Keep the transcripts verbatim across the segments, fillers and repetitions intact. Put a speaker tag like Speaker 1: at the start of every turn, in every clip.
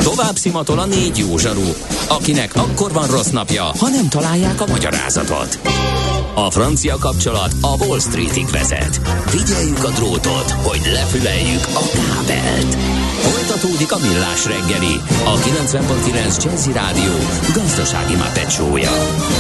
Speaker 1: Tovább szimatol a négy jó zsaru, akinek akkor van rossz napja, ha nem találják a magyarázatot. A francia kapcsolat a Wall Streetig vezet. Figyeljük a drótot, hogy lefüleljük a kábelt. Folytatódik a Millás reggeli, a kilencven pont kilenc Jazzy Rádió gazdasági mápecsója.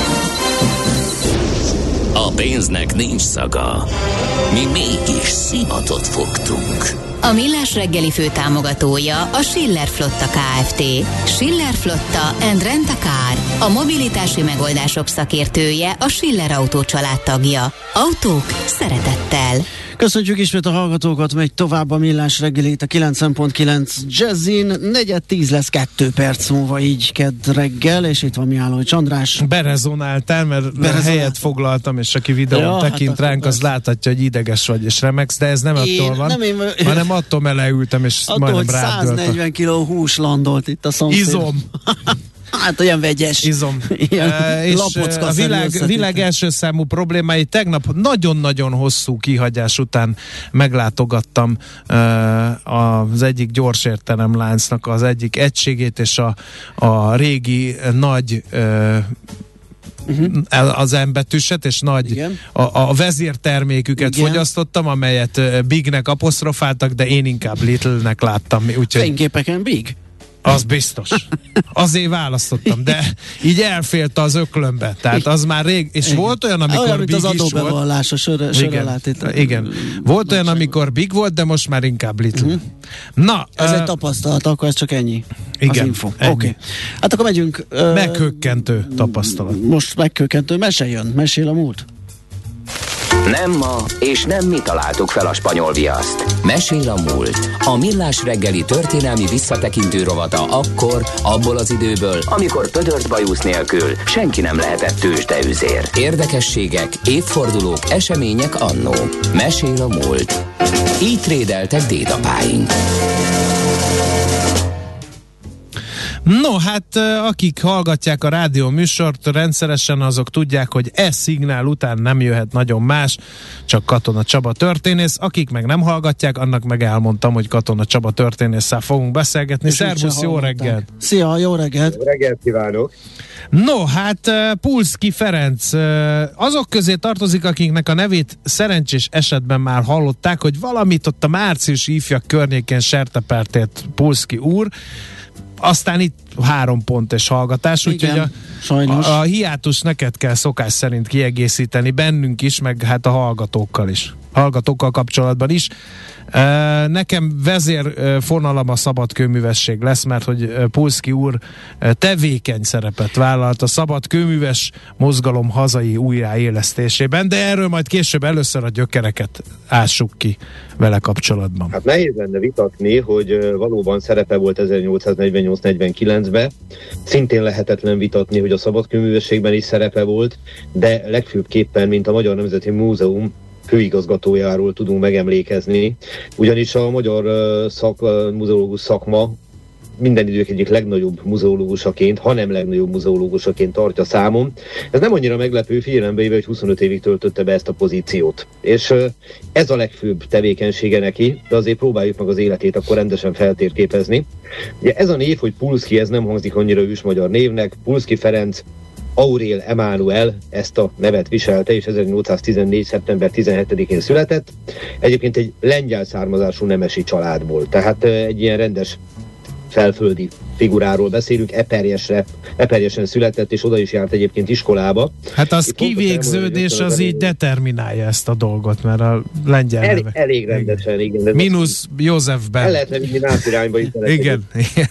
Speaker 1: A pénznek nincs szaga. Mi mégis szimatot fogtunk.
Speaker 2: A Millás reggeli főtámogatója a Schiller Flotta Kft. Schiller Flotta and Rent a Car. A mobilitási megoldások szakértője, a Schiller Autó család tagja. Autók szeretettel.
Speaker 3: Köszönjük ismét a hallgatókat, megy tovább a Millás reggelét a kilencven pont kilenc Jazzin. Negyed tíz lesz kettő perc múlva, így kedd reggel, és itt van Mihály Csandrás.
Speaker 4: Berezonáltál, mert Berezonál. helyet foglaltam, és aki videón ja, tekint hát ránk, az láthatja, hogy ideges vagy, és remegsz, de ez nem én, attól van, nem én, hanem attól meleültem, és attól, majdnem rádöltem.
Speaker 3: száznegyven kiló hús landolt itt a szomszéd.
Speaker 4: Izom.
Speaker 3: Hát olyan vegyes.
Speaker 4: Izom. E, és a világ, világ első számú problémái tegnap nagyon-nagyon hosszú kihagyás után meglátogattam e, az egyik gyorsértelemláncnak az egyik egységét, és a, a régi nagy e, Uh-huh. az embetűset, és nagy a, a vezérterméküket Igen. fogyasztottam, amelyet Bignek apostrofáltak, de én inkább Little-nek láttam. Úgyhogy
Speaker 3: fényképeken Big?
Speaker 4: Az biztos. Azért választottam, de így elfélt az öklömbe. Tehát az már rég, és Igen. volt olyan, amikor olyan, Big
Speaker 3: az
Speaker 4: is volt.
Speaker 3: Adóbevallás, a sör,
Speaker 4: Igen. Igen. Volt olyan, amikor Big volt, de most már inkább Little. Uh-huh. Na,
Speaker 3: ez
Speaker 4: uh,
Speaker 3: egy tapasztalat, akkor ez csak ennyi.
Speaker 4: Igen.
Speaker 3: Az info. Oké. Okay. Hát akkor megyünk. Uh,
Speaker 4: meghökkentő tapasztalat.
Speaker 3: Most meghökkentő. Mese jön. Mesél a múlt.
Speaker 1: Nem ma, és nem mi találtuk fel a spanyol viaszt. Mesél a múlt. A Millás reggeli történelmi visszatekintő rovata akkor, abból az időből, amikor pödört bajusz nélkül senki nem lehetett tőzsdeüzér. Érdekességek, évfordulók, események annó. Mesél a múlt. Így trédeltek dédapáink.
Speaker 4: No, hát akik hallgatják a rádió műsort rendszeresen, azok tudják, hogy e szignál után nem jöhet nagyon más, csak Katona Csaba történész. Akik meg nem hallgatják, annak meg elmondtam, hogy Katona Csaba történésszel fogunk beszélgetni. Szervusz, jó reggelt!
Speaker 3: Szia, jó reggelt!
Speaker 5: Jó reggelt kívánok!
Speaker 4: No, hát Pulszky Ferenc azok közé tartozik, akiknek a nevét szerencsés esetben már hallották, hogy valamit ott a márciusi ifjak környékén sertepertért Pulszky úr. Aztán itt három pontos hallgatás, úgyhogy a, a, a hiátus neked kell szokás szerint kiegészíteni, bennünk is, meg hát a hallgatókkal is. Hallgatókkal kapcsolatban is. Nekem vezérfonalam a szabadkőművesség lesz, mert hogy Pulszky úr tevékeny szerepet vállalt a szabadkőműves mozgalom hazai újjáélesztésében, de erről majd később először a gyökereket ássuk ki vele kapcsolatban.
Speaker 5: Hát nehéz lenne vitatni, hogy valóban szerepe volt ezernyolcszáznegyvennyolc negyvenkilencben. Szintén lehetetlen vitatni, hogy a szabadkőművességben is szerepe volt, de legfőbbképpen, mint a Magyar Nemzeti Múzeum főigazgatójáról tudunk megemlékezni, ugyanis a magyar szak, muzeológus szakma minden idők egyik legnagyobb muzeológusaként, ha nem legnagyobb muzeológusaként tartja számon. Ez nem annyira meglepő, figyelembe véve, hogy huszonöt évig töltötte be ezt a pozíciót. És ez a legfőbb tevékenysége neki, de azért próbáljuk meg az életét akkor rendesen feltérképezni. Ugye ez a név, hogy Pulszky, ez nem hangzik annyira ősmagyar névnek. Pulszky Ferenc Aurél Emánuel ezt a nevet viselte, és ezernyolcszáztizennégy. szeptember tizenhetedikén született. Egyébként egy lengyel származású nemesi családból, tehát egy ilyen rendes felföldi figuráról beszélünk, Eperjesre, Eperjesen született, és oda is járt egyébként iskolába.
Speaker 4: Hát az kivégződés az így determinálja ezt a dolgot, mert a lengyel
Speaker 5: elég,
Speaker 4: neve.
Speaker 5: Elég rendesen, igen.
Speaker 4: Mínusz Józsefben.
Speaker 5: El lehetne vinni nászirányba is.
Speaker 4: Igen, igen.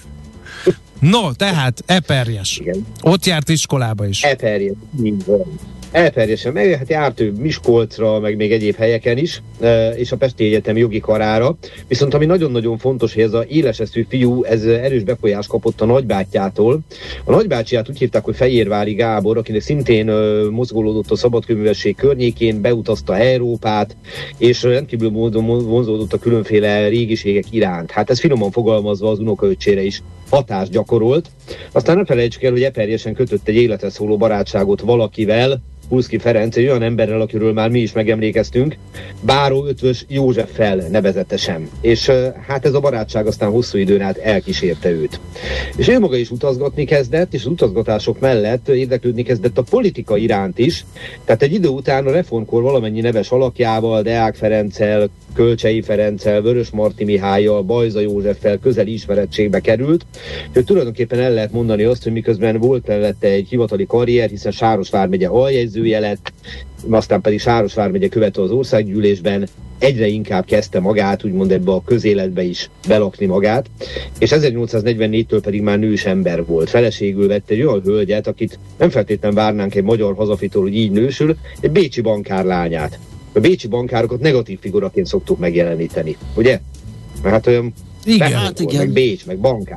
Speaker 4: No, tehát Eperjes.
Speaker 5: Igen.
Speaker 4: Ott járt iskolába is.
Speaker 5: Eperjes, így van. Elperjesen meg, hát járt ő Miskolcra, meg még egyéb helyeken is, és a Pesti Egyetem jogi karára. Viszont ami nagyon-nagyon fontos, hogy ez a éleseszű fiú, ez erős befolyást kapott a nagybátyjától. A nagybátyját úgy hívták, hogy Fejérvári Gábor, akinek szintén mozgolódott a szabadkőművesség környékén, beutazta Európát, és rendkívül módon vonzódott a különféle régiségek iránt. Hát ez finoman fogalmazva az unokaöccsére is hatást gyakorolt. Aztán ne felejtsük el, hogy Eperjesen kötött egy életre szóló barátságot valakivel, Pulszky Ferenc egy olyan emberrel, akiről már mi is megemlékeztünk, Báró Ötvös Józseffel nevezetesen. És hát ez a barátság aztán hosszú időn át elkísérte őt. És ő maga is utazgatni kezdett, és az utazgatások mellett érdeklődni kezdett a politika iránt is. Tehát egy idő után a reformkor valamennyi neves alakjával, Deák Ferenccel, Kölcsei Ferenccel, Vörös Marti Mihállyal, Bajza Józseffel közeli ismerettségbe került. Hogy tulajdonképpen el lehet mondani azt, hogy miközben volt mellette egy hivatali karrier, hiszen Sáros vármegye aljegyzője lett, aztán pedig Sáros vármegye követő az országgyűlésben, egyre inkább kezdte magát, úgymond ebbe a közéletbe is belakni magát, és ezernyolcszáznegyvennégytől pedig már nős ember volt. Feleségül vett egy olyan hölgyet, akit nem feltétlenül várnánk egy magyar hazafitól, hogy így nősül, egy bécsi bankár lányát. A bécsi bankárokat negatív figuraként szoktuk megjeleníteni, ugye? Hát olyan
Speaker 3: igen, hát igen.
Speaker 5: Meg Bécs, meg bankár.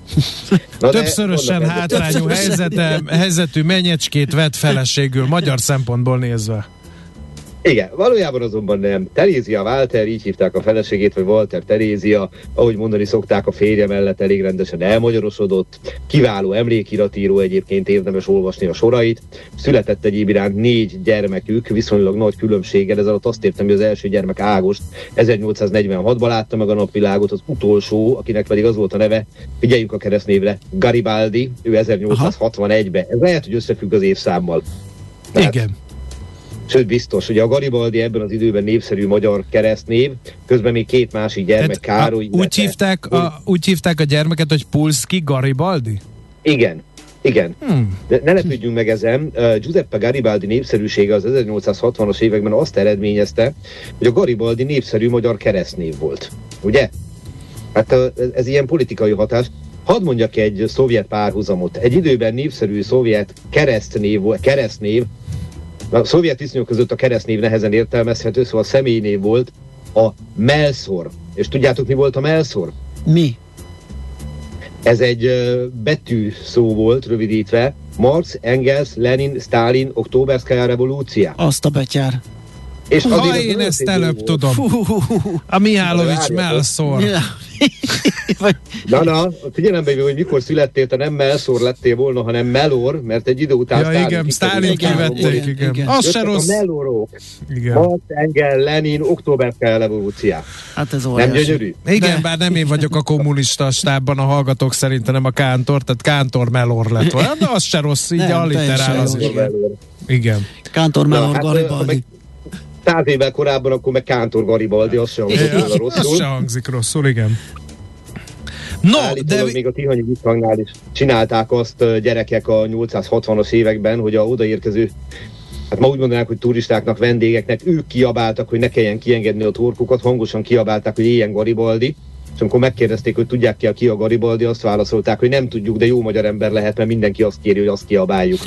Speaker 4: Na többszörösen de, hátrányú helyzete, helyzetű menyecskét vett feleségül, magyar szempontból nézve.
Speaker 5: Igen, valójában azonban nem. Terézia Walter, így hívták a feleségét, vagy Walter Terézia, ahogy mondani szokták, a férje mellett elég rendesen elmagyarosodott, kiváló emlékiratíró, egyébként érdemes olvasni a sorait. Született egyéb iránt négy gyermekük, viszonylag nagy különbséggel, ez alatt azt értem, hogy az első gyermek Ágost ezernyolcszáznegyvenhatban látta meg a napvilágot, az utolsó, akinek pedig az volt a neve, figyeljünk a keresztnévre, Garibaldi, ő ezernyolcszázhatvanegyben. Ez lehet, hogy összefügg az évszámmal. Tehát, igen. Sőt, biztos, hogy a Garibaldi ebben az időben népszerű magyar keresztnév, közben még két másik gyermek, tehát Károly.
Speaker 4: A, úgy, hívták a, úgy hívták a gyermeket, hogy Pulszky Garibaldi?
Speaker 5: Igen, igen. Hmm. De ne lepődjünk meg ezen, uh, Giuseppe Garibaldi népszerűsége az ezernyolcszázhatvanas években azt eredményezte, hogy a Garibaldi népszerű magyar keresztnév volt. Ugye? Hát uh, ez, ez ilyen politikai hatás. Hadd mondjak egy szovjet párhuzamot. Egy időben népszerű szovjet keresztnév, keresztnév, a szovjet viszonyok között a keresztnév nehezen értelmezhető, szóval a személynév volt a Melszor. És tudjátok, mi volt a Melszor?
Speaker 3: Mi?
Speaker 5: Ez egy uh, betű szó volt, rövidítve. Marx, Engels, Lenin, Stalin, Oktoberszkaja revolúcia.
Speaker 3: Azt a betyár.
Speaker 4: És ha én ezt előbb tudom. A Mihálovics Melszor.
Speaker 5: Na, na, figyelembe jövő, hogy mikor születtél, te nem Melszor lettél volna, hanem Melor, mert egy idő után
Speaker 4: ja, Stalin igen, Stalin kivették, igen. igen. igen. Az se rossz.
Speaker 5: A Melorok. Marx, Engel, Lenin, Oktoberszkaja revolúcia.
Speaker 3: Hát ez
Speaker 5: óriási. Nem gyönyörű?
Speaker 4: Igen, de. Bár nem én vagyok a kommunista stábban, a hallgatók szerintem nem a Kántor, tehát Kántor Melor lett volna. De az se rossz, így alliterál az is. Igen.
Speaker 3: Kántor Melor Garibaldi.
Speaker 5: Száz évvel korábban akkor meg Kántor Garibaldi, az se hangzik ja, rosszul.
Speaker 4: Az se hangzik rosszul, igen. No,
Speaker 5: de... még a Tihanyi Visszhangnál is csinálták azt gyerekek a nyolcszázhatvanas években, hogy a odaérkező, hát ma úgy mondanák, hogy turistáknak, vendégeknek, ők kiabáltak, hogy ne kelljen kiengedni a torkukat, hangosan kiabálták, hogy éljen Garibaldi, és amikor megkérdezték, hogy tudják ki a ki a Garibaldi, azt válaszolták, hogy nem tudjuk, de jó magyar ember lehet, mert mindenki azt kéri, hogy azt kiabáljuk.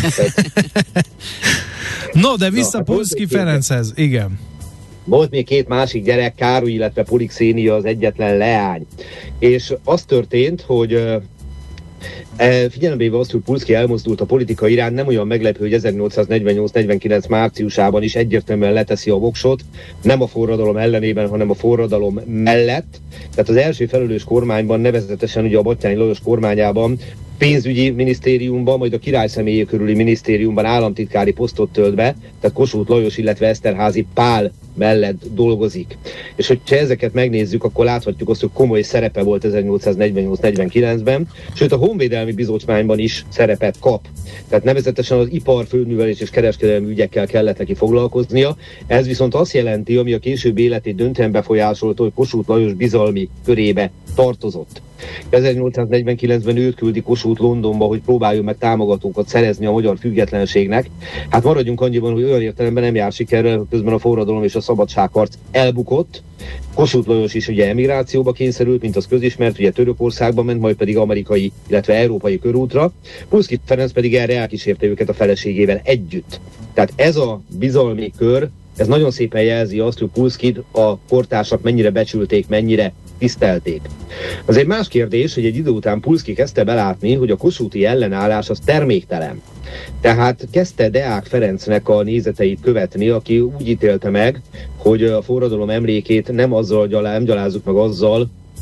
Speaker 4: No, de vissza Pulszky Ferenchez, igen.
Speaker 5: Volt még két másik gyerek, Károly, illetve Polixénia az egyetlen leány. És az történt, hogy e, figyelembe véve azt, hogy Pulszky elmozdult a politika iránt, nem olyan meglepő, hogy ezernyolcszáznegyvennyolc negyvenkillenc márciusában is egyértelműen leteszi a voksot, nem a forradalom ellenében, hanem a forradalom mellett. Tehát az első felelős kormányban, nevezetesen ugye a Batthyány Lajos kormányában, pénzügyi minisztériumban, majd a király személye körüli minisztériumban államtitkári posztot tölt be, tehát Kossuth Lajos, illetve Eszterházy Pál mellett dolgozik. És hogyha ezeket megnézzük, akkor láthatjuk azt, hogy komoly szerepe volt ezernyolcszáznegyvennyolc negyvenkilencben, sőt a Honvédelmi Bizottmányban is szerepet kap. Tehát nevezetesen az ipar, földművelés és kereskedelmi ügyekkel kellett neki foglalkoznia. Ez viszont azt jelenti, ami a későbbi életét döntően befolyásolta, hogy Kossuth Lajos bizalmi körébe tartozott. ezernyolcszáznegyvenkilencben őt küldi Kossuth Londonba, hogy próbáljon meg támogatókat szerezni a magyar függetlenségnek. Hát maradjunk annyiban, hogy olyan értelemben nem jár sikerrel, közben a forradalom és a szabadságharc elbukott. Kossuth Lajos is ugye emigrációba kényszerült, mint az közismert, ugye Törökországba ment, majd pedig amerikai, illetve európai körútra. Pulszky Ferenc pedig erre elkísérte őket a feleségével együtt. Tehát ez a bizalmi kör, ez nagyon szépen jelzi azt, hogy Pulszkyt a kortársak mennyire becsülték, mennyire tisztelték. Az egy más kérdés, hogy egy idő után Pulszky kezdte belátni, hogy a kossuthi ellenállás az terméktelen. Tehát kezdte Deák Ferencnek a nézeteit követni, aki úgy ítélte meg, hogy a forradalom emlékét nem azzal gyalá, nem gyalázzuk meg azzal,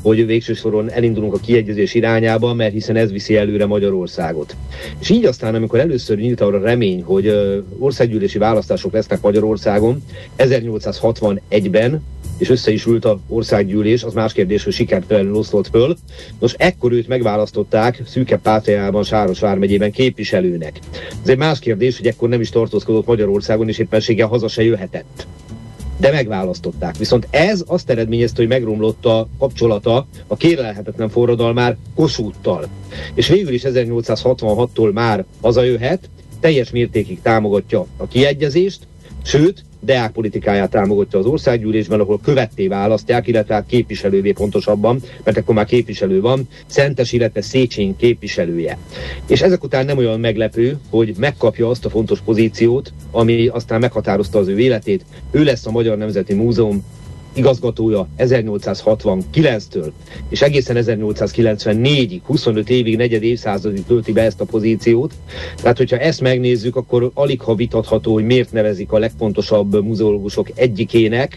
Speaker 5: hogy végső soron elindulunk a kiegyezés irányába, mert hiszen ez viszi előre Magyarországot. És így aztán, amikor először nyílt arra remény, hogy ö, országgyűlési választások lesznek Magyarországon, ezernyolcszázhatvanegyben, és össze is ült az országgyűlés, az más kérdés, hogy sikertelenül oszlott föl. Nos, ekkor őt megválasztották szűkebb Pátriában, Sáros vármegyében képviselőnek. Ez egy más kérdés, hogy ekkor nem is tartózkodott Magyarországon, és éppenséggel haza se jöhetett. De megválasztották. Viszont ez azt eredményezte, hogy megromlott a kapcsolata a kérlelhetetlen forradalmár Kossuthtal. És végül is ezernyolcszázhatvanhattól már hazajöhet, teljes mértékig támogatja a kiegyezést, sőt, deákpolitikáját támogatja az országgyűlésben, ahol követté választják, illetve hát képviselővé pontosabban, mert akkor már képviselő van, Szentes, illetve Széchenyi képviselője. És ezek után nem olyan meglepő, hogy megkapja azt a fontos pozíciót, ami aztán meghatározta az ő életét. Ő lesz a Magyar Nemzeti Múzeum igazgatója ezernyolcszázhatvankilenctől, és egészen ezernyolcszázkilencvennégyig, huszonöt évig, negyed évszázadig tölti be ezt a pozíciót. Tehát, hogyha ezt megnézzük, akkor alig ha vitatható, hogy miért nevezik a legfontosabb muzeológusok egyikének.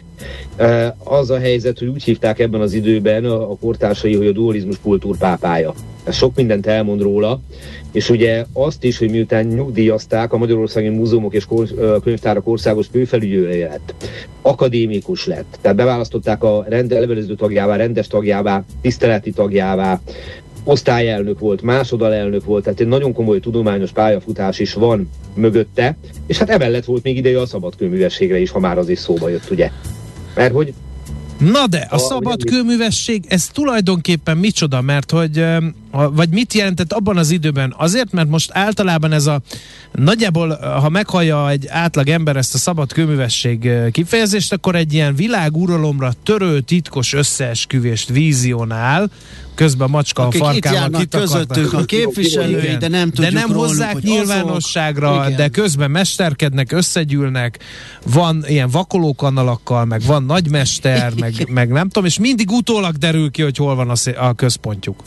Speaker 5: Az a helyzet, hogy úgy hívták ebben az időben a kortársai, hogy a dualizmus kultúrpápája. Ez sok mindent elmond róla, és ugye azt is, hogy miután nyugdíjazták, a Magyarországi Múzeumok és Könyvtárak országos főfelügyelője lett, akadémikus lett, tehát beválasztották a rend, levelező tagjává, rendes tagjává, tiszteleti tagjává, osztályelnök volt, másodalelnök volt, tehát egy nagyon komoly tudományos pályafutás is van mögötte, és hát emellett volt még ideje a szabadkőművességre is, ha már az is szóba jött, ugye? Mert hogy
Speaker 4: na de, a, a szabadkőművesség, ez tulajdonképpen micsoda, mert hogy, vagy mit jelentett abban az időben? Azért, mert most általában ez a, nagyjából, ha meghallja egy átlag ember ezt a szabadkőművesség kifejezést, akkor egy ilyen világuralomra törő, titkos összeesküvést vízionál, közben a macska
Speaker 3: akik
Speaker 4: a farkával
Speaker 3: közöttük a képviselői, de nem tudjuk
Speaker 4: de nem
Speaker 3: róluk,
Speaker 4: hozzák
Speaker 3: hogy
Speaker 4: nyilvánosságra,
Speaker 3: azok,
Speaker 4: de közben mesterkednek, összegyűlnek, van ilyen vakolókanalakkal, meg van nagymester, meg, meg nem tudom, és mindig utólag derül ki, hogy hol van a, szé- a központjuk.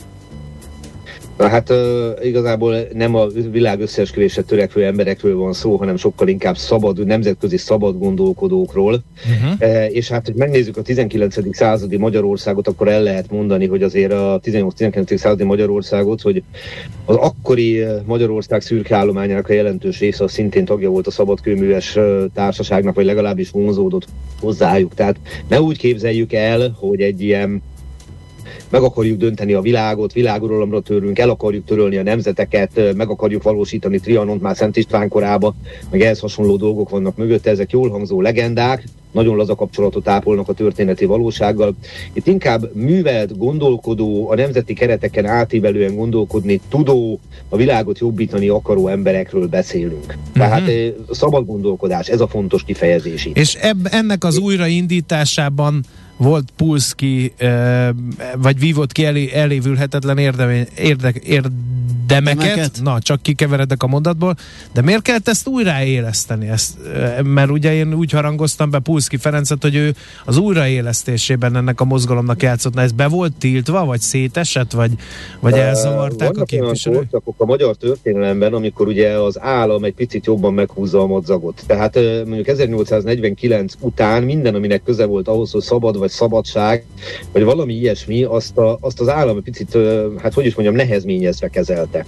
Speaker 5: Na hát uh, igazából nem a világ összeesküvésre törekvő emberekről van szó, hanem sokkal inkább szabad, nemzetközi szabad gondolkodókról. Uh-huh. Uh, és hát, hogy megnézzük a tizenkilencedik századi Magyarországot, akkor el lehet mondani, hogy azért a tizennyolc-tizenkilencedik századi Magyarországot, hogy az akkori Magyarország szürke állományának a jelentős része szintén tagja volt a szabadkőműves társaságnak, vagy legalábbis vonzódott hozzájuk. Tehát ne úgy képzeljük el, hogy egy ilyen meg akarjuk dönteni a világot, világuralomra törünk, el akarjuk törölni a nemzeteket, meg akarjuk valósítani Trianont már Szent István korába, meg ehhez hasonló dolgok vannak mögötte, ezek jól hangzó legendák, nagyon laza kapcsolatot ápolnak a történeti valósággal. Itt inkább művelt, gondolkodó, a nemzeti kereteken átívelően gondolkodni tudó, a világot jobbítani akaró emberekről beszélünk. Uh-huh. Tehát szabad gondolkodás, ez a fontos kifejezés itt.
Speaker 4: És ebb, ennek az újraindításában volt Pulszky, vagy vívott ki elé, elévülhetetlen érdemény, érde, érdemeket, Demeket? na, csak kikeveredek a mondatból, de miért kellett ezt újraéleszteni? Ezt, mert ugye én úgy harangoztam be Pulszky Ferencet, hogy ő az újraélesztésében ennek a mozgalomnak játszott. Na, ez be volt tiltva, vagy szétesett, vagy, vagy elzavarták uh, a képviselők?
Speaker 5: Vannak a magyar történelemben, amikor ugye az állam egy picit jobban meghúzza a madzagot. Tehát mondjuk ezernyolcszáznegyvenkilenc után minden, aminek köze volt ahhoz, hogy szabad vagy szabadság, vagy valami ilyesmi, azt, a, azt az állam egy picit, hát hogy is mondjam, nehezményezve kezelte.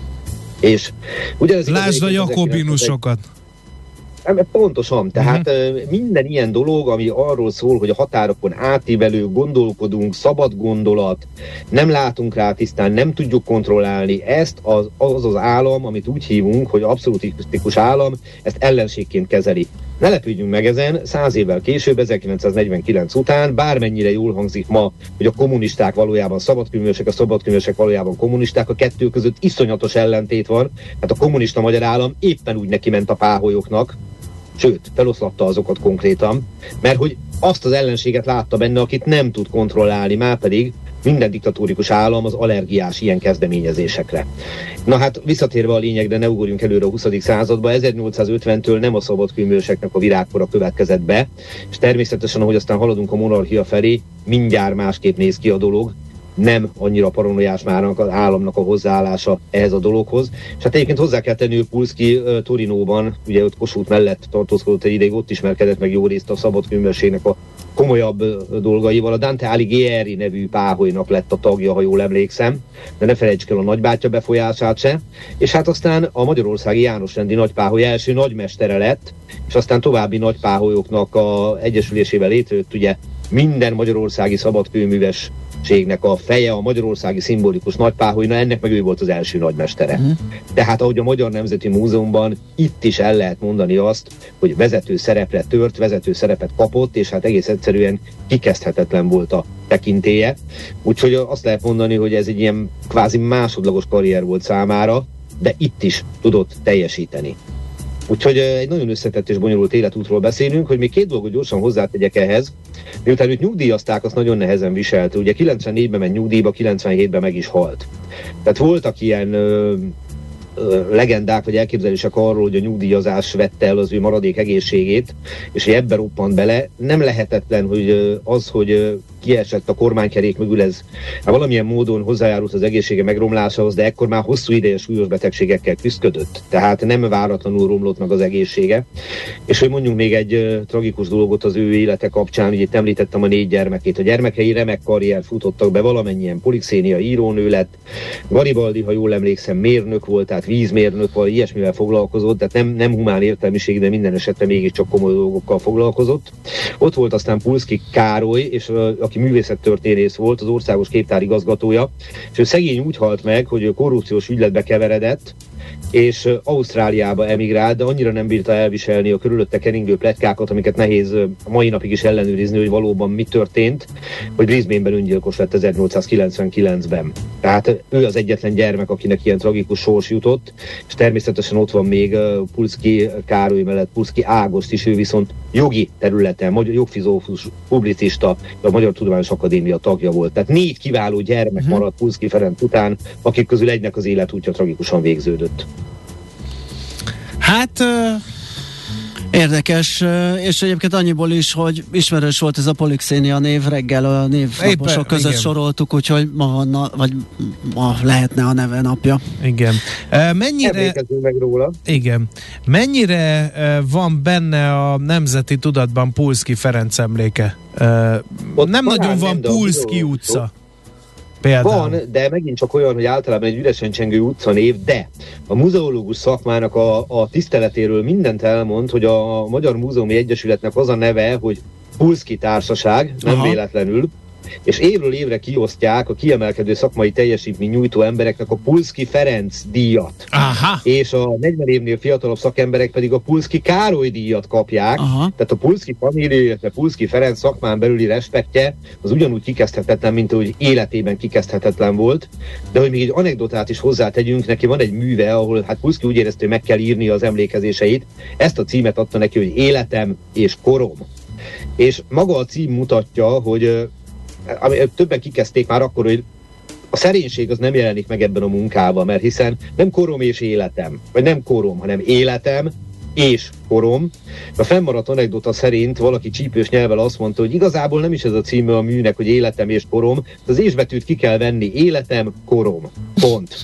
Speaker 5: És ugyanez
Speaker 4: lásd a jakobinusokat.
Speaker 5: Pontosan, tehát uh-huh. minden ilyen dolog, ami arról szól, hogy a határokon átívelő, gondolkodunk, szabad gondolat, nem látunk rá tisztán, nem tudjuk kontrollálni, ezt az az, az állam, amit úgy hívunk, hogy abszolutisztikus állam, ezt ellenségként kezeli. Ne lepődjünk meg ezen, száz évvel később, ezerkilencszáznegyvenkilenc után, bármennyire jól hangzik ma, hogy a kommunisták valójában szabadkőművesek, a szabadkőművesek valójában kommunisták, a kettő között iszonyatos ellentét van, hát a kommunista magyar állam éppen úgy neki ment a páholyoknak, sőt, feloszlatta azokat konkrétan, mert hogy azt az ellenséget látta benne, akit nem tud kontrollálni, már pedig minden diktatórikus állam az allergiás ilyen kezdeményezésekre. Na hát visszatérve a lényegre, ne ugorjunk előre a huszadik századba, ezernyolcszázötventől nem a szabadkőműveseknek a virágkora következett be, és természetesen, ahogy aztán haladunk a monarchia felé, mindjárt másképp néz ki a dolog, nem annyira paranoiás már az államnak a hozzáállása ehhez a dologhoz. És hát egyébként hozzá kell tenni, hogy Pulszky uh, Torinóban, ugye ott Kossuth mellett tartózkodott egy ideig, ott ismerkedett meg jó részt a szabadkőművességnek a komolyabb dolgaival. A Dante Alighieri nevű páholynak lett a tagja, ha jól emlékszem, de ne felejtsük el a nagybátyja befolyását se. És hát aztán a magyarországi János-rendi nagypáholy első nagymestere lett, és aztán további nagypáholyoknak a egyesülésével létrejött ugye minden magyarországi szabadkőművességnek a feje, a magyarországi szimbolikus nagypáholy, na ennek meg ő volt az első nagymestere. Uh-huh. Tehát ahogy a Magyar Nemzeti Múzeumban itt is el lehet mondani azt, hogy vezető szerepre tört, vezető szerepet kapott, és hát egész egyszerűen kikezdhetetlen volt a tekintélye. Úgyhogy azt lehet mondani, hogy ez egy ilyen kvázi másodlagos karrier volt számára, de itt is tudott teljesíteni. Úgyhogy egy nagyon összetett és bonyolult életútról beszélünk, hogy még két dolgot gyorsan hozzátegyek ehhez. Miután őt nyugdíjazták, azt nagyon nehezen viselte. Ugye kilencvennégyben ment nyugdíjba, kilencvenhétben meg is halt. Tehát voltak ilyen ö, ö, legendák vagy elképzelések arról, hogy a nyugdíjazás vette el az ő maradék egészségét, és hogy ebbe roppant bele. Nem lehetetlen, hogy az, hogy kiesett a kormánykerék mögül, ez hát valamilyen módon hozzájárult az egészsége megromlásához, de ekkor már hosszú ideje súlyos betegségekkel küzdött. Tehát nem váratlanul romlott meg az egészsége. És hogy mondjuk még egy uh, tragikus dolgot az ő élete kapcsán, ugye itt említettem a négy gyermekét. A gyermekei remek karrier futottak be, valamennyien Polixénia írónő lett, Garibaldi, ha jól emlékszem, mérnök volt, tehát vízmérnök, vagy ilyesmivel foglalkozott, tehát nem, nem humán értelmiség, de minden esetre mégiscsak komoly dolgokkal foglalkozott. Ott volt aztán Pulszky Károly, és uh, aki művészettörténész volt, az országos képtár igazgatója, és ő szegény úgy halt meg, hogy ő korrupciós ügyletbe keveredett, és Ausztráliába emigrált, de annyira nem bírta elviselni a körülötte keringő pletykákat, amiket nehéz a mai napig is ellenőrizni, hogy valóban mi történt, hogy Brisbaneben öngyilkos lett ezernyolcszázkilencvenkilencben. Tehát ő az egyetlen gyermek, akinek ilyen tragikus sors jutott, és természetesen ott van még Pulszky Károly mellett Pulszky Ágost is, ő viszont jogi területen, magyar jogfilozófus, publicista, a Magyar Tudományos Akadémia tagja volt. Tehát négy kiváló gyermek uh-huh. maradt Pulszky Ferenc után, akik közül egynek az életútja tragikusan végződött.
Speaker 4: Hát... Uh...
Speaker 3: Érdekes, és egyébként annyiból is, hogy ismerős volt ez a Polixénia név, reggel a névnaposok között igen. soroltuk, úgyhogy ma, na, vagy ma lehetne a neve napja.
Speaker 4: Igen. Mennyire...
Speaker 5: meg róla.
Speaker 4: Igen. Mennyire van benne a nemzeti tudatban Pulszky Ferenc emléke? Ott nem nagyon van Pulszky utca. Például.
Speaker 5: Van, de megint csak olyan, hogy általában egy üresen csengő utcanév, de a muzeológus szakmának a, a tiszteletéről mindent elmond, hogy a Magyar Múzeumi Egyesületnek az a neve, hogy Pulszky Társaság, nem Aha. véletlenül, és évről évre kiosztják a kiemelkedő szakmai teljesítmény nyújtó embereknek a Pulszky Ferenc díjat.
Speaker 4: Aha.
Speaker 5: És a negyven évnél fiatalabb szakemberek pedig a Pulszky Károly díjat kapják. Aha. Tehát a Pulszky família, illetve Pulszky Ferenc szakmán belüli respektje az ugyanúgy kikezdhetetlen, mint ahogy életében kikezdhetetlen volt. De hogy még egy anekdotát is hozzátegyünk, neki van egy műve, ahol hát Pulszky úgy érezte, hogy meg kell írni az emlékezéseit. Ezt a címet adta neki, hogy Életem és korom. És maga a cím mutatja, hogy ami többen kikezdték már akkor, hogy a szerénység az nem jelenik meg ebben a munkában, mert hiszen nem korom és életem, vagy nem korom, hanem életem és korom. A fennmaradt anekdota szerint valaki csípős nyelvvel azt mondta, hogy igazából nem is ez a címe a műnek, hogy életem és korom, az ésbetűt ki kell venni, életem, korom. Pont.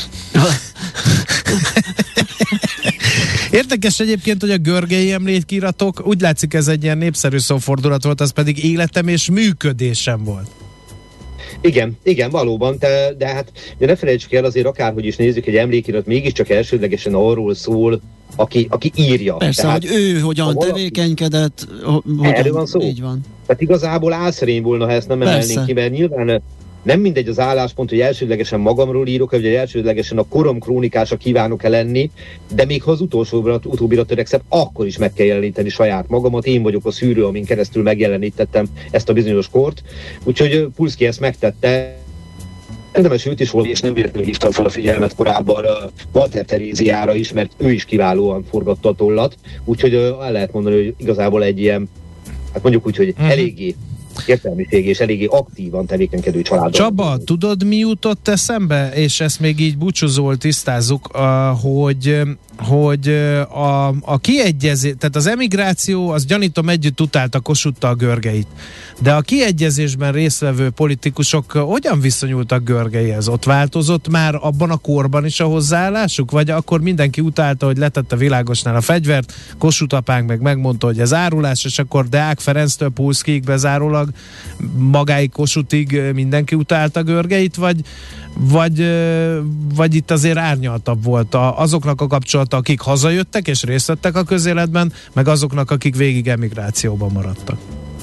Speaker 4: Érdekes egyébként, hogy a görgei emlékiratok, úgy látszik ez egy ilyen népszerű szófordulat volt, az pedig életem és működésem volt.
Speaker 5: Igen, igen, valóban, de, de hát de ne felejtsük el, azért akárhogy is nézzük, egy emlékirat mégiscsak elsődlegesen arról szól, aki, aki írja.
Speaker 3: Persze, tehát, hogy ő hogyan tevékenykedett, hogyan,
Speaker 5: erről van szó.
Speaker 3: Így van.
Speaker 5: Tehát igazából álszerény volna, ha ezt nem emelnénk ki, mert nyilván nem mindegy az álláspont, hogy elsődlegesen magamról írok, vagy elsődlegesen a korom krónikása kívánok-e lenni, de még ha az utolsóra, utóbbira törekszem, akkor is meg kell jeleníteni saját magamat. Én vagyok a szűrő, amin keresztül megjelenítettem ezt a bizonyos kort. Úgyhogy Pulszky ezt megtette. Érdemes őt is volna, és nem véletlenül hívtam fel a figyelmet korábban uh, Walter Teréziára is, mert ő is kiválóan forgatta a tollat. Úgyhogy uh, el lehet mondani, hogy igazából egy ilyen, hát mondjuk úgy, hogy uh-huh. eléggé értelmiség és eléggé aktívan tevékenykedő családban.
Speaker 4: Csaba, tudod, mi jutott eszembe? És ezt még így búcsúzól tisztázzuk, uh, hogy hogy a, a kiegyezés, tehát az emigráció, az gyanítom együtt utálta Kossuth Görgeit. De a kiegyezésben résztvevő politikusok hogyan viszonyultak Görgeihez? Ott változott már abban a korban is a hozzáállásuk? Vagy akkor mindenki utálta, hogy letette Világosnál a fegyvert, Kossuth apánk meg megmondta, hogy ez árulás, és akkor Deák Ferenctől Pulszkig bezárólag magáig Kossuthig mindenki utálta Görgeit, vagy, vagy, vagy itt azért árnyaltabb volt a, azoknak a kapcsolata, akik hazajöttek és részt vettek a közéletben, meg azoknak, akik végig emigrációban maradtak?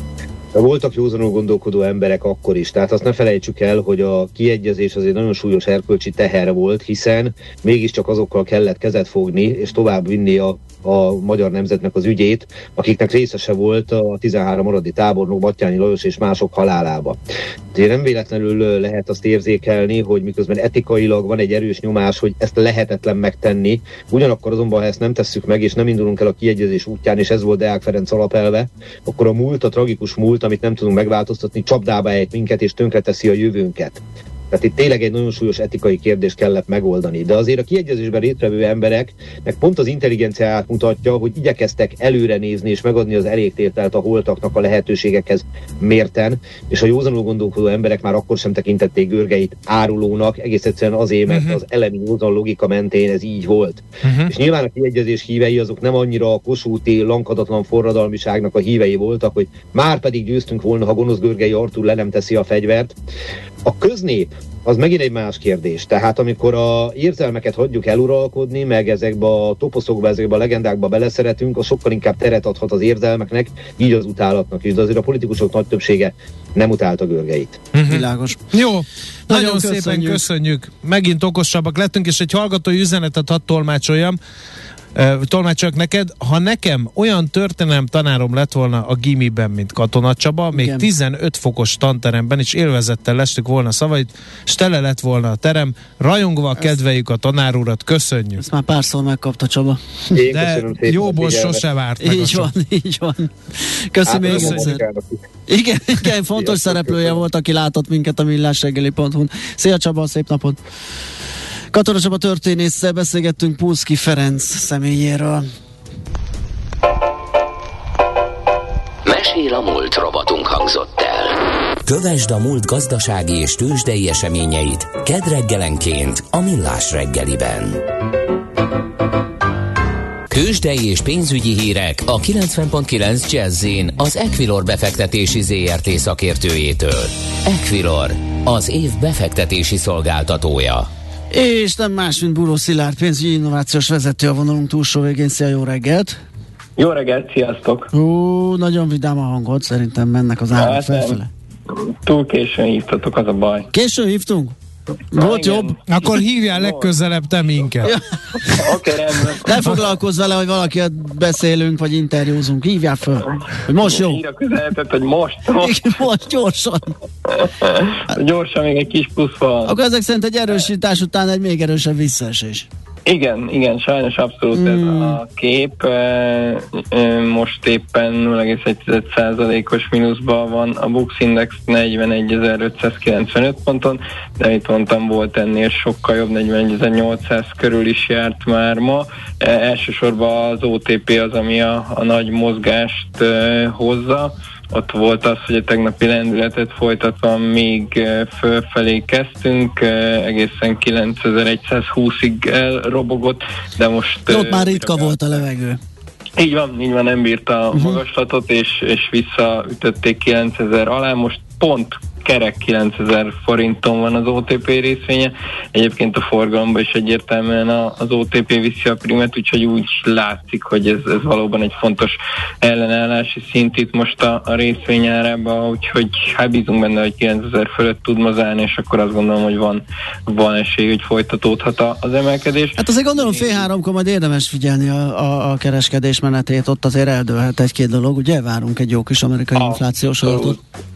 Speaker 5: Voltak józanul gondolkodó emberek akkor is, tehát azt ne felejtsük el, hogy a kiegyezés az egy nagyon súlyos erkölcsi teher volt, hiszen mégiscsak azokkal kellett kezet fogni, és tovább vinni a, a magyar nemzetnek az ügyét, akiknek részese volt a tizenhárom maradi tábornok, Batthyány Lajos és mások halálába. Tehát nem véletlenül lehet azt érzékelni, hogy miközben etikailag van egy erős nyomás, hogy ezt lehetetlen megtenni, ugyanakkor azonban, ha ezt nem tesszük meg, és nem indulunk el a kiegyezés útján, és ez volt Deák Ferenc alapelve, akkor a múlt, a tragikus múlt, amit nem tudunk megváltoztatni, csapdába ejt minket, és tönkreteszi a jövőnket. Tehát itt tényleg egy nagyon súlyos etikai kérdést kellett megoldani. De azért a kiegyezésben résztvevő embereknek pont az intelligenciát mutatja, hogy igyekeztek előre nézni és megadni az elégtételt a holtaknak a lehetőségekhez mérten, és a józanul gondolkodó emberek már akkor sem tekintették Görgeit árulónak, egész egyszerűen azért, mert uh-huh. az elemi józan logika mentén ez így volt. Uh-huh. És nyilván a kiegyezés hívei azok nem annyira a kossuthi lankadatlan forradalmiságnak a hívei voltak, hogy már pedig győztünk volna, ha gonosz Görgei Artúr le nem teszi a fegyvert. A köznép az megint egy más kérdés. Tehát amikor a érzelmeket hagyjuk eluralkodni, meg ezekbe a toposzokba, ezekbe a legendákba beleszeretünk, az sokkal inkább teret adhat az érzelmeknek, így az utálatnak is. De azért a politikusok nagy többsége nem utálta Görgeit.
Speaker 3: Uh-huh. Világos.
Speaker 4: Jó, nagyon, nagyon köszönjük. szépen köszönjük. Megint okosabbak lettünk, és egy hallgatói üzenetet hadd tolmácsoljam. Uh, tolmácsolok neked, ha nekem olyan történelem tanárom lett volna a gimiben, mint Katona Csaba, még igen. tizenöt fokos tanteremben is élvezettel lestük volna szavait, s tele lett volna a terem, rajongva kedveljük a tanárurat, köszönjük.
Speaker 3: Ezt már párszor megkapta Csaba.
Speaker 5: Én
Speaker 4: de jóból sose várt meg.
Speaker 3: Így van, így van. Köszönöm még egyszer. Igen, igen, fontos szereplője volt, aki látott minket a millásreggeli pont hu-n. Szia Csaba, szép napot! Katona Csaba történésszel beszélgettünk Pulszky Ferenc személyéről.
Speaker 1: Mesél a múlt rovatunk hangzott el. Kövesd a múlt gazdasági és tőzsdei eseményeit kedd reggelenként a Millás reggeliben. Tőzsdei és pénzügyi hírek a kilencven pont kilenc Jazz-in az Equilor befektetési zé er té szakértőjétől. Equilor, az év befektetési szolgáltatója.
Speaker 3: És nem más, mint Búró Szilárd, pénzügyi innovációs vezető a vonalunk túlsó végén. Szia, jó reggelt!
Speaker 6: Jó reggelt, sziasztok!
Speaker 3: Hú, nagyon vidám a hangod, szerintem mennek az árak felfele.
Speaker 6: Túl későn hívtatok, az a baj.
Speaker 3: Későn hívtunk? Volt jobb?
Speaker 4: Akkor hívjál legközelebb te minket.
Speaker 3: Ja.
Speaker 6: Oké, okay, rendben.
Speaker 3: Ne foglalkozz vele, hogy valakivel beszélünk, vagy interjúzunk. Hívjál föl, hogy most jó.
Speaker 6: Ír a közelhetett, hogy most. Most,
Speaker 3: most gyorsan.
Speaker 6: Gyorsan még egy kis plusz van.
Speaker 3: Akkor ezek szerint egy erősítás után egy még erősebb visszaesés.
Speaker 6: Igen, igen, sajnos abszolút mm. ez a kép. Most éppen nulla egész egy százalékos mínuszban van a Bux Index negyvenegyezer-ötszázkilencvenöt ponton, de mit mondtam, volt ennél sokkal jobb, negyvenegyezer-nyolcszáz körül is járt már ma. Elsősorban az o té pé az, ami a, a nagy mozgást hozza. Ott volt az, hogy a tegnapi lendületet folytatva még fölfelé kezdtünk, egészen kilencezer-egyszázhúszig elrobogott, de most...
Speaker 3: Ott már ritka volt a levegő.
Speaker 6: Így van, így van, nem bírta a uh-huh. magaslatot, és, és visszaütötték kilencezer alá, most pont kerek kilencezer forinton van az o té pé részvénye. Egyébként a forgalomban is egyértelműen az o té pé viszi a primet, úgyhogy úgy látszik, hogy ez, ez valóban egy fontos ellenállási szint itt most a, a részvény árába, úgyhogy hát bízunk benne, hogy kilencezer fölött tud mozálni, és akkor azt gondolom, hogy van, van esély, hogy folytatódhat a, az emelkedés.
Speaker 3: Hát azért gondolom fél háromkor majd érdemes figyelni a, a, a kereskedés menetét, ott azért eldőlhet egy-két dolog, ugye várunk egy jó kis amerikai a, inflációs adatot.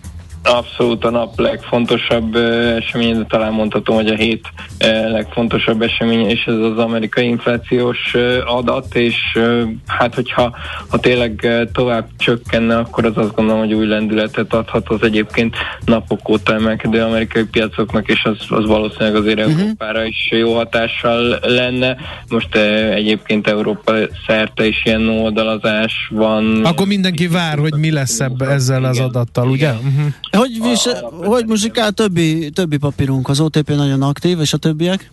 Speaker 6: Abszolút a nap legfontosabb uh, eseménye, de talán mondhatom, hogy a hét uh, legfontosabb eseménye, és ez az amerikai inflációs uh, adat, és uh, hát hogyha ha tényleg uh, tovább csökkenne, akkor az azt gondolom, hogy új lendületet adhat az egyébként napok óta emelkedő amerikai piacoknak, és az, az valószínűleg azért uh-huh. Európára is jó hatással lenne. Most uh, egyébként Európa szerte is ilyen oldalazás van.
Speaker 4: Akkor mindenki vár, hogy mi lesz ebbe ezzel az adattal, ugye? Uh-huh.
Speaker 3: Hogy, visel, hogy muzsikál többi, többi papírunk? Az o té pé nagyon aktív, és a többiek?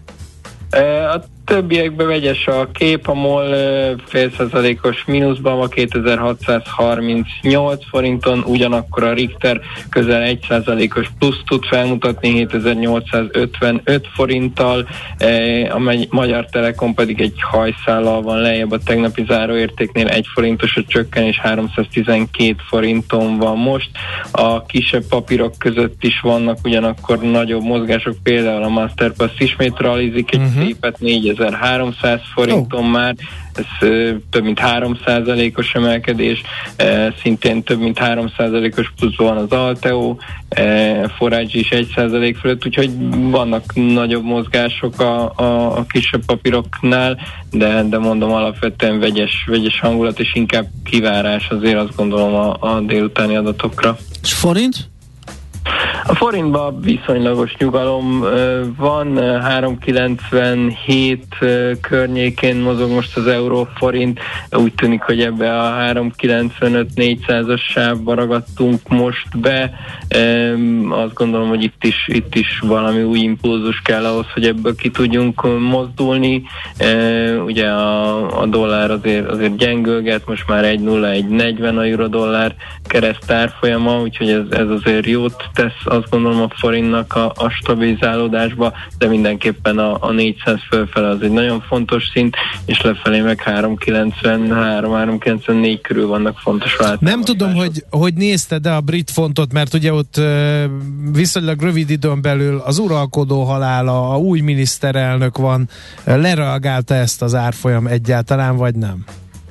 Speaker 6: A többiekben vegyes a kép, a MOL fél százalékos mínuszban van kétezer-hatszázharmincnyolc forinton, ugyanakkor a Richter közel egy százalékos plusz tud felmutatni hétezer-nyolcszázötvenöt forinttal, a Magyar Telekom pedig egy hajszállal van lejjebb a tegnapi záróértéknél, egy forintos a csökkenés, háromszáztizenkét forinton van most. A kisebb papírok között is vannak ugyanakkor nagyobb mozgások, például a Masterpass ismét realizik egy uh-huh. szépet, négyezer-háromszáz forinton oh. már, ez ö, több mint három százalékos emelkedés, e, szintén több mint három százalékos pluszban van az Alteo, e, Forage is egy százalék fölött, úgyhogy vannak nagyobb mozgások a, a, a kisebb papíroknál, de, de mondom, alapvetően vegyes, vegyes hangulat, és inkább kivárás azért azt gondolom a, a délutáni adatokra.
Speaker 3: És forint?
Speaker 6: A forintban viszonylagos nyugalom van, három kilencvenhét környékén mozog most az euró-forint, úgy tűnik, hogy ebbe a három kilencvenöt négyszázas sávba ragadtunk most be, azt gondolom, hogy itt is, itt is valami új impulzus kell ahhoz, hogy ebből ki tudjunk mozdulni, ugye a, a dollár azért, azért gyengülget, most már egy nulla egy negyven a euro-dollár kereszt árfolyama, úgyhogy ez, ez azért jót tesz, azt gondolom, a forintnak a, a stabilizálódásba, de mindenképpen a, a négyszáz fölfele az egy nagyon fontos szint, és lefelé meg három kilencvenhárom három kilencvennégy körül vannak fontos változások.
Speaker 4: Nem tudom, hogy, hogy nézted de a brit fontot, mert ugye ott uh, viszonylag rövid időn belül az uralkodó halála, a új miniszterelnök van, lereagálta ezt az árfolyam egyáltalán, vagy nem?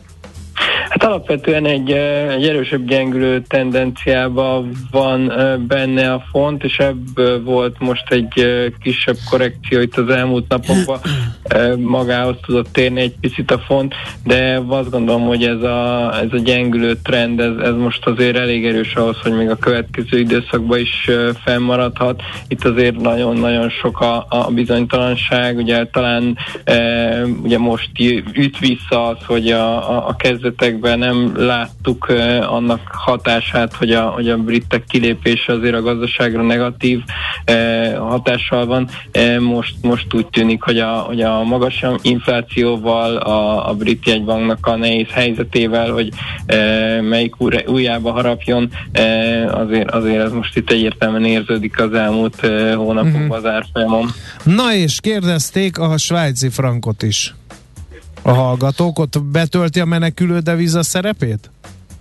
Speaker 6: Hát alapvetően egy, egy erősebb gyengülő tendenciában van benne a font, és ebből volt most egy kisebb korrekció itt az elmúlt napokban. Magához tudott térni egy picit a font, de azt gondolom, hogy ez a, ez a gyengülő trend, ez, ez most azért elég erős ahhoz, hogy még a következő időszakban is fennmaradhat. Itt azért nagyon-nagyon sok a, a bizonytalanság, ugye talán e, ugye most üt vissza az, hogy a, a, a kezdetekben nem láttuk uh, annak hatását, hogy a, hogy a britek kilépése azért a gazdaságra negatív uh, hatással van. Uh, most, most úgy tűnik, hogy a, hogy a magas inflációval, a, a brit jegybanknak a nehéz helyzetével, hogy uh, melyik új, újjába harapjon, uh, azért, azért ez most itt egyértelműen érződik az elmúlt uh, hónapokban mm-hmm. az árfolyamon.
Speaker 4: Na és kérdezték a svájci frankot is. A hallgatók ott betölti a menekülő deviza szerepét?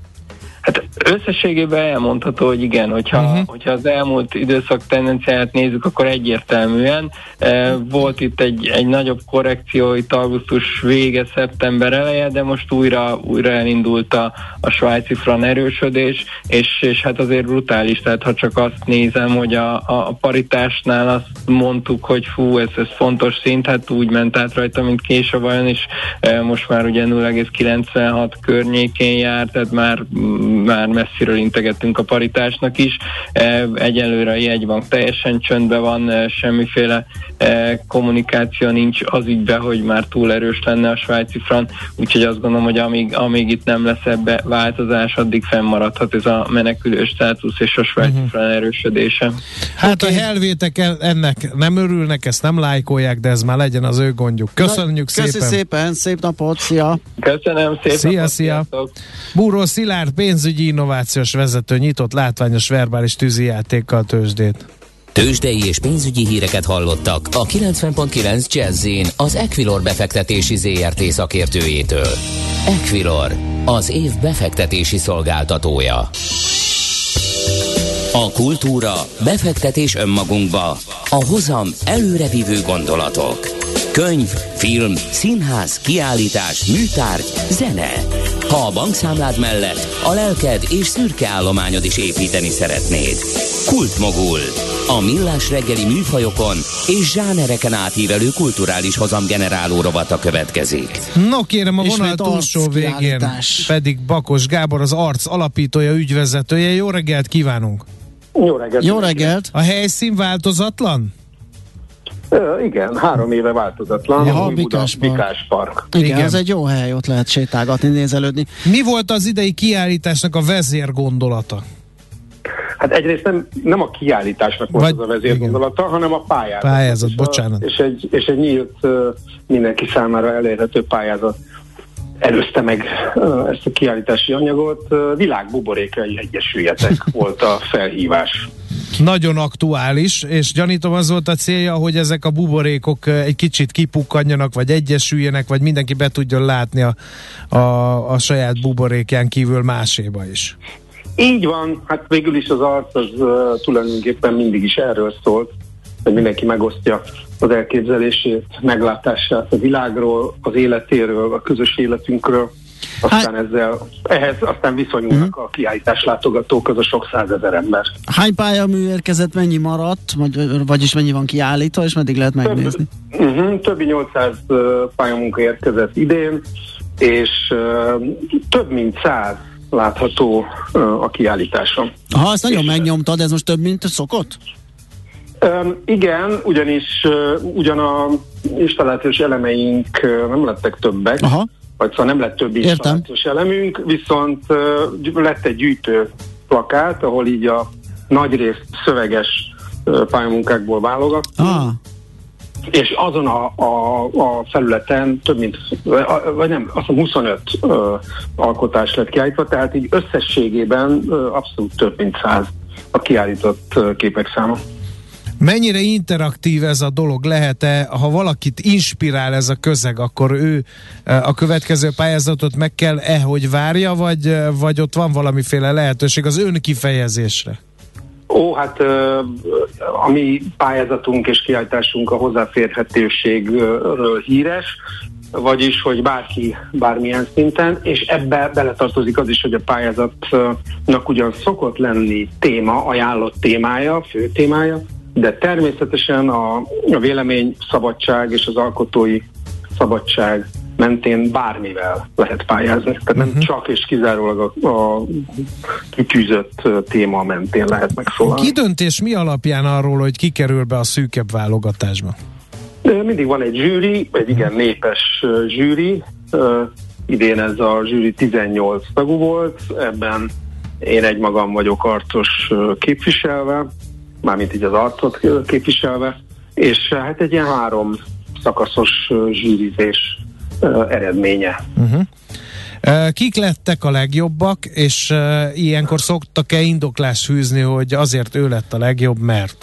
Speaker 6: Hát összességében elmondható, hogy igen, hogyha, uh-huh. hogyha az elmúlt időszak tendenciáját nézzük, akkor egyértelműen e, volt itt egy, egy nagyobb korrekció itt augusztus vége, szeptember eleje, de most újra, újra elindult a, a svájci frank erősödés, és, és hát azért brutális, tehát ha csak azt nézem, hogy a, a paritásnál azt mondtuk, hogy fú, ez, ez fontos szint, hát úgy ment át rajta, mint kés a vajon, és e, most már ugye nulla egész kilencvenhat környékén jár, tehát már már messziről integettünk a paritásnak is. Egyelőre a jegybank teljesen csöndben van, semmiféle kommunikáció nincs az ügyben, hogy már túl erős lenne a svájci frank, úgyhogy azt gondolom, hogy amíg, amíg itt nem lesz ebbe változás, addig fennmaradhat ez a menekülős státusz és a svájci uh-huh. frank erősödése.
Speaker 4: Hát okay. A helvétek ennek nem örülnek, ezt nem lájkolják, de ez már legyen az ő gondjuk. Köszönjük Na, szépen!
Speaker 3: Köszi szépen, szép napot, szia!
Speaker 6: Köszönöm, szép
Speaker 4: szia,
Speaker 6: napot!
Speaker 4: Szia, szia! Búró Szilárd, pénzügyi innovációs vezető nyitott látványos verbális tűzijátékkal tőzsdét.
Speaker 1: Tőzsdei és pénzügyi híreket hallottak a kilencven pont kilenc Jazz-in az Equilor befektetési zé er té szakértőjétől. Equilor, az év befektetési szolgáltatója. A kultúra, befektetés önmagunkba, a hozam előrevívő gondolatok. Könyv, film, színház, kiállítás, műtárgy, zene. Ha a bankszámlád mellett a lelked és szürke állományod is építeni szeretnéd. Kultmogul. A millás reggeli műfajokon és zsánereken átívelő kulturális hozamgeneráló rovata következik.
Speaker 4: No kérem, a vonal túlsó végén pedig Bakos Gábor, az Arc alapítója, ügyvezetője. Jó reggelt kívánunk!
Speaker 7: Jó reggelt!
Speaker 3: Jó reggelt!
Speaker 4: A helyszín változatlan?
Speaker 7: Uh, igen, három éve változatlan.
Speaker 3: Ja,
Speaker 7: a
Speaker 3: Bikás Park.
Speaker 7: Bikás Park.
Speaker 3: Igen,
Speaker 4: Igen,
Speaker 3: ez egy jó hely, ott lehet sétálgatni, nézelődni.
Speaker 4: Mi volt az idei kiállításnak a vezérgondolata?
Speaker 7: Hát egyrészt nem, nem a kiállításnak volt
Speaker 4: Vagy,
Speaker 7: az a vezérgondolata, hanem a pályázat.
Speaker 4: Pályázat,
Speaker 7: és
Speaker 4: bocsánat.
Speaker 7: A, és, egy, és egy nyílt, uh, mindenki számára elérhető pályázat előzte meg uh, ezt a kiállítási anyagot. Uh, Világbuborékai Egyesüljetek volt a felhívás.
Speaker 4: Nagyon aktuális, és gyanítom az volt a célja, hogy ezek a buborékok egy kicsit kipukkadjanak, vagy egyesüljenek, vagy mindenki be tudjon látni a, a, a saját buborékján kívül máséba is.
Speaker 7: Így van, hát végül is az Arc az uh, tulajdonképpen mindig is erről szólt, hogy mindenki megosztja az elképzelését, meglátását a világról, az életéről, a közös életünkről. Aztán hát, ezzel, ehhez aztán viszonyulnak uh-huh. a kiállítás látogatók, az a sok százezer ember.
Speaker 3: Hány pályamű érkezett, mennyi maradt, vagy, vagyis mennyi van kiállítva, és meddig lehet megnézni?
Speaker 7: Több, uh-huh, többi nyolcszáz uh, pályamunka érkezett idén, és uh, több mint száz látható uh, a kiállításon.
Speaker 3: Ha ezt nagyon
Speaker 7: és
Speaker 3: megnyomtad, ez most több, mint szokott?
Speaker 7: Um, igen, ugyanis uh, ugyan a installációs elemeink uh, nem lettek többek, Aha. vagy szóval nem lett több installációs elemünk, viszont uh, lett egy gyűjtő plakát, ahol így a nagyrészt szöveges uh, pályamunkákból válogattunk, ah. és azon a, a, a felületen több mint, vagy nem, azt hiszem huszonöt uh, alkotás lett kiállítva, tehát így összességében uh, abszolút több mint száz a kiállított uh, képek száma.
Speaker 4: Mennyire interaktív ez a dolog? Lehet-e, ha valakit inspirál ez a közeg, akkor ő a következő pályázatot meg kell-e, hogy várja, vagy, vagy ott van valamiféle lehetőség az önkifejezésre?
Speaker 7: Ó, hát a mi pályázatunk és kiállításunk a hozzáférhetőségről híres, vagyis, hogy bárki bármilyen szinten, és ebbe beletartozik az is, hogy a pályázatnak ugyan szokott lenni téma, ajánlott témája, fő témája, de természetesen a, a vélemény szabadság és az alkotói szabadság mentén bármivel lehet pályázni. Tehát nem uh-huh. csak és kizárólag a, a kitűzött téma mentén lehet megszólalni.
Speaker 4: Ki döntés mi alapján arról, hogy ki kerül be a szűkebb válogatásba?
Speaker 7: Mindig van egy zsűri, egy igen népes zsűri. Idén ez a zsűri tizennyolc tagú volt, ebben én egymagam vagyok Arcos képviselve, mármint így az Arcot képviselve, és hát egy ilyen három szakaszos zsűrizés eredménye.
Speaker 4: Uh-huh. Kik lettek a legjobbak, és ilyenkor szoktak-e indoklást fűzni, hogy azért ő lett a legjobb, mert?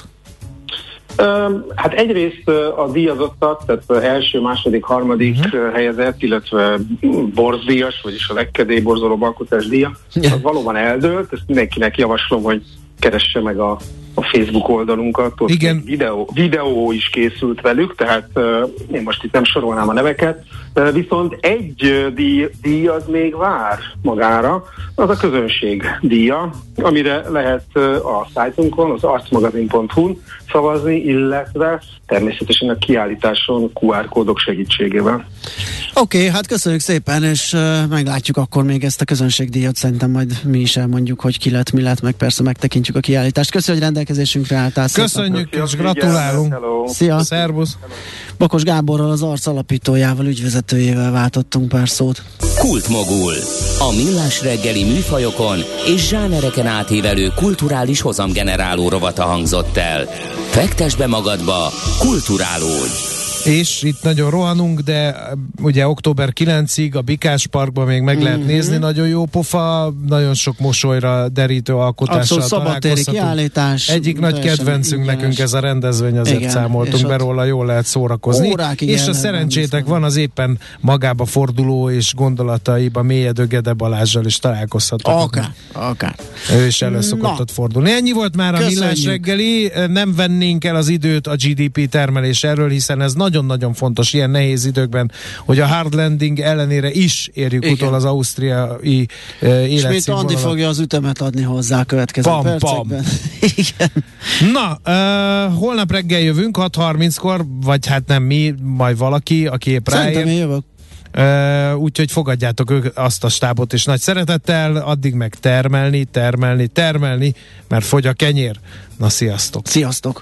Speaker 7: Hát egyrészt a díjazottak, tehát első, második, harmadik uh-huh. helyezett, illetve borzdíjas, vagyis a legkedélyebb borzolóbb alkotás díja, az valóban eldőlt, ezt mindenkinek javaslom, hogy keresse meg a, a Facebook oldalunkat, ott
Speaker 4: igen.
Speaker 7: Videó, videó is készült velük, tehát uh, én most itt nem sorolnám a neveket, uh, viszont egy uh, díj, díj az még vár magára, az a közönség díja, amire lehet uh, a szájtunkon, az arcmagazin pont hu-n szavazni, illetve természetesen a kiállításon kú ár kódok segítségével.
Speaker 3: Oké, okay, hát köszönjük szépen, és uh, meglátjuk akkor még ezt a közönségdíjat, szerintem majd mi is elmondjuk, hogy ki lett, mi lett, meg persze megtekintjük a kiállítást. Köszönjük, hogy rendelkezésünkre álltál.
Speaker 4: Köszönjük, szépen. És gratulálunk.
Speaker 7: Hello.
Speaker 3: Szia.
Speaker 4: Szervusz.
Speaker 3: Bakos Gáborral, az Arc alapítójával, ügyvezetőjével váltottunk pár szót.
Speaker 1: Kultmogul. A millás reggeli műfajokon és zsánereken átívelő kulturális hozamgeneráló rovata hangzott el. Fektesd be magadba, kulturálódj!
Speaker 4: És itt nagyon rohanunk, de ugye október kilencedikéig a Bikás Parkban még meg lehet mm-hmm. nézni, nagyon jó pofa, nagyon sok mosolyra derítő alkotással
Speaker 3: szabadtéri kiállítás.
Speaker 4: Egyik nagy kedvencünk ingyenes. Nekünk ez a rendezvény, azért igen, számoltunk be róla, jól lehet szórakozni.
Speaker 3: Órákig
Speaker 4: és a szerencsétek van, az éppen magába forduló és gondolataiba mélyedő Gede Balázsral is találkozhatok.
Speaker 3: Akár, akár.
Speaker 4: Ő is elő szokott ott fordulni. Ennyi volt már a Millás reggeli, nem vennénk el az időt a gé dé pé termelés erről, hiszen ez nagyon nagyon-nagyon fontos ilyen nehéz időkben, hogy a hard landing ellenére is érjük igen. utol az ausztriai uh, életszínvonalat.
Speaker 3: És mint Andi fogja az ütemet adni hozzá a következő pam, percekben. Pam. Igen.
Speaker 4: Na, uh, holnap reggel jövünk hat harminckor, vagy hát nem mi, majd valaki, aki épp ráér.
Speaker 3: Szerintem én jövök.
Speaker 4: Uh, úgyhogy fogadjátok ők azt a stábot is nagy szeretettel, addig meg termelni, termelni, termelni, mert fogy a kenyér. Na, sziasztok!
Speaker 3: Sziasztok!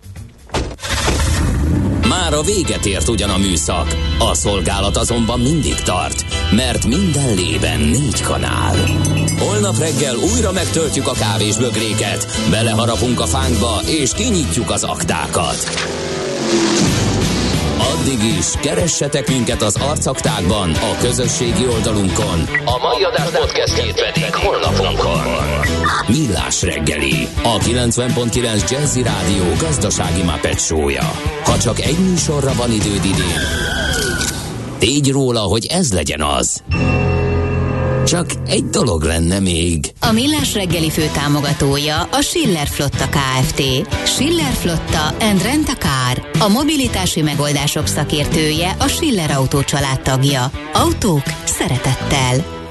Speaker 1: Már a véget ért ugyan a műszak, a szolgálat azonban mindig tart, mert minden lében négy kanál. Holnap reggel újra megtöltjük a kávés bögréket, beleharapunk a fánkba és kinyitjuk az aktákat. Addig is keressetek minket az arcaktákban, a közösségi oldalunkon. A mai adás podcastjét pedig holnapunkon. Millás reggeli, a kilencven pont kilenc Jazzy Rádió gazdasági Muppet show-ja. Ha csak egy műsorra van időd idén, tégy róla, hogy ez legyen az. Csak egy dolog lenne még.
Speaker 2: A Millás reggeli főtámogatója a Schiller Flotta Kft. Schiller Flotta and Rent a Car. A mobilitási megoldások szakértője, a Schiller Autó család tagja. Autók szeretettel.